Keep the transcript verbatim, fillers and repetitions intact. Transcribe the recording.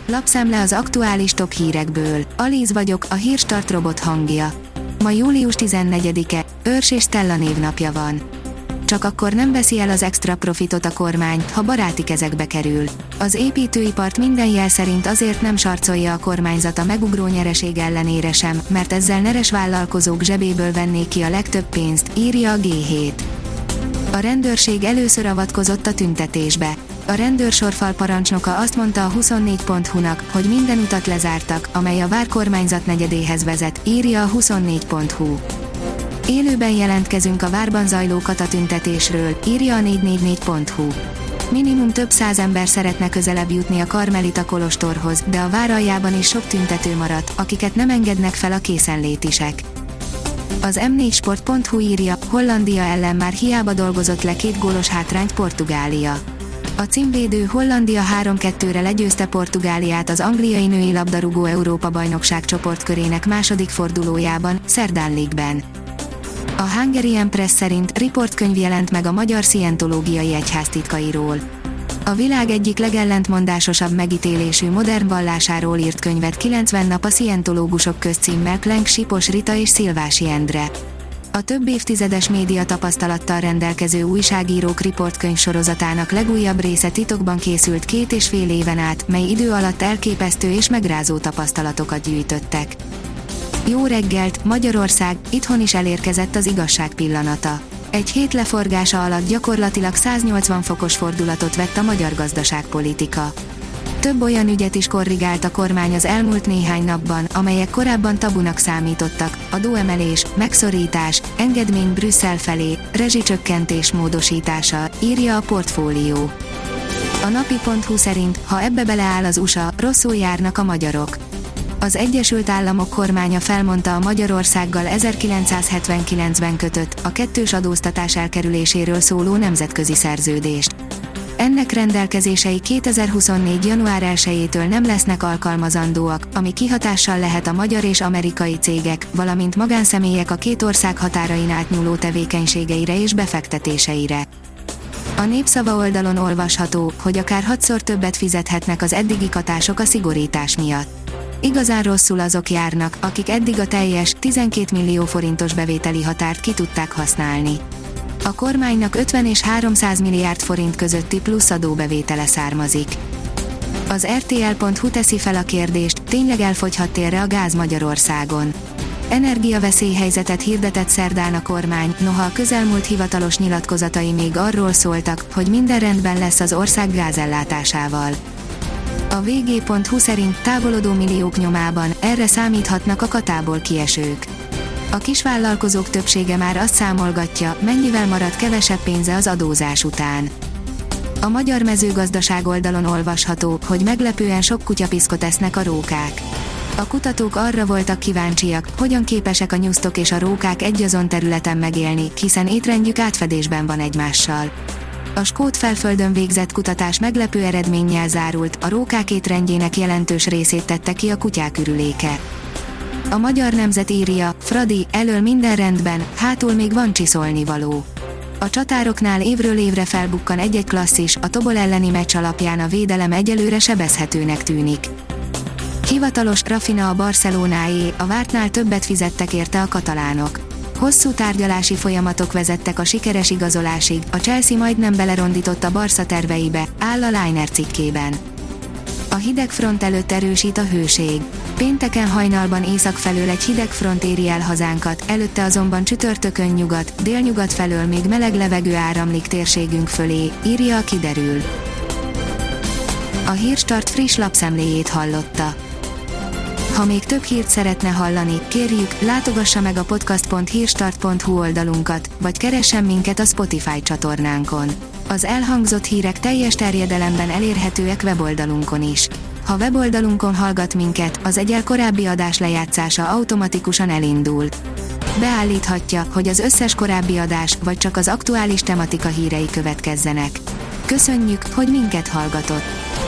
Lapszemle az aktuális top hírekből. Alíz vagyok, a Hírstart robot hangja. Ma július tizennegyedike, Őrs és Stella névnapja van. Csak akkor nem veszi el az extra profitot a kormány, ha baráti kezekbe kerül. Az építőipart minden jel szerint azért nem sarcolja a kormányzat a megugró nyereség ellenére sem, mert ezzel neres vállalkozók zsebéből vennék ki a legtöbb pénzt, írja a gé hét. A rendőrség először avatkozott a tüntetésbe. A rendőrsorfal parancsnoka azt mondta a huszonnégy pont hu-nak, hogy minden utat lezártak, amely a várkormányzat negyedéhez vezet, írja a huszonnégy pont hu. Élőben jelentkezünk a várban zajló katatüntetésről, írja a négyszáznegyvennégy pont hu. Minimum több száz ember szeretne közelebb jutni a Karmelita kolostorhoz, de a vár aljában is sok tüntető maradt, akiket nem engednek fel a készenlétisek. Az em négy sport pont hu írja, Hollandia ellen már hiába dolgozott le két gólos hátrányt Portugália. A címvédő Hollandia három kettőre legyőzte Portugáliát az angliai női labdarúgó Európa-bajnokság csoportkörének második fordulójában, szerdán League-ben. A Hungarian Press szerint riportkönyv jelent meg a magyar szientológiai egyház titkairól. A világ egyik legellentmondásosabb megítélésű modern vallásáról írt könyvet kilencven nap a szientológusok közcímmel Klenk Sipos Rita és Szilvási Endre. A több évtizedes média tapasztalattal rendelkező újságírók riportkönyv sorozatának legújabb része titokban készült két és fél éven át, mely idő alatt elképesztő és megrázó tapasztalatokat gyűjtöttek. Jó reggelt, Magyarország, itthon is elérkezett az igazság pillanata. Egy hét leforgása alatt gyakorlatilag száznyolcvan fokos fordulatot vett a magyar gazdaságpolitika. Több olyan ügyet is korrigált a kormány az elmúlt néhány napban, amelyek korábban tabunak számítottak: adóemelés, megszorítás, engedmény Brüsszel felé, rezsicsökkentés módosítása, írja a Portfólió. A napi pont hu szerint, ha ebbe beleáll az u es á, rosszul járnak a magyarok. Az Egyesült Államok kormánya felmondta a Magyarországgal ezerkilencszázhetvenkilencben kötött, a kettős adóztatás elkerüléséről szóló nemzetközi szerződést. Ennek rendelkezései kétezer-huszonnégy január elsejétől nem lesznek alkalmazandóak, ami kihatással lehet a magyar és amerikai cégek, valamint magánszemélyek a két ország határain átnyúló tevékenységeire és befektetéseire. A Népszava oldalon olvasható, hogy akár hatszor többet fizethetnek az eddigi katások a szigorítás miatt. Igazán rosszul azok járnak, akik eddig a teljes, tizenkét millió forintos bevételi határt ki tudták használni. A kormánynak ötven és háromszáz milliárd forint közötti plusz adóbevétele származik. Az er té el pont hu teszi fel a kérdést, tényleg elfogyhat télre a gáz Magyarországon. Energiaveszélyhelyzetet hirdetett szerdán a kormány, noha a közelmúlt hivatalos nyilatkozatai még arról szóltak, hogy minden rendben lesz az ország gázellátásával. A vé gé pont hu szerint távolodó milliók nyomában erre számíthatnak a katából kiesők. A kisvállalkozók többsége már azt számolgatja, mennyivel marad kevesebb pénze az adózás után. A magyar mezőgazdaság oldalon olvasható, hogy meglepően sok kutyapiszkot esznek a rókák. A kutatók arra voltak kíváncsiak, hogyan képesek a nyusztok és a rókák egyazon területen megélni, hiszen étrendjük átfedésben van egymással. A Skót-felföldön végzett kutatás meglepő eredménnyel zárult, a rókák étrendjének jelentős részét tette ki a kutyák ürüléke. A Magyar Nemzet írja, Fradi, elől minden rendben, hátul még van csiszolnivaló. A csatároknál évről évre felbukkan egy-egy klasszis, a Tobol elleni meccs alapján a védelem egyelőre sebezhetőnek tűnik. Hivatalos, Rafina a Barcelonáé, a vártnál többet fizettek érte a katalánok. Hosszú tárgyalási folyamatok vezettek a sikeres igazolásig, a Chelsea majdnem belerondított a Barca terveibe, áll a Liner cikkében. A hideg front előtt erősít a hőség. Pénteken hajnalban észak felől egy hideg front éri el hazánkat, előtte azonban csütörtökön nyugat, délnyugat felől még meleg levegő áramlik térségünk fölé, írja a Kiderül. A Hírstart friss lapszemléjét hallotta. Ha még több hírt szeretne hallani, kérjük, látogassa meg a podcast pont hírstart pont hu oldalunkat, vagy keressen minket a Spotify csatornánkon. Az elhangzott hírek teljes terjedelemben elérhetőek weboldalunkon is. Ha weboldalunkon hallgat minket, az egyel korábbi adás lejátszása automatikusan elindul. Beállíthatja, hogy az összes korábbi adás, vagy csak az aktuális tematika hírei következzenek. Köszönjük, hogy minket hallgatott!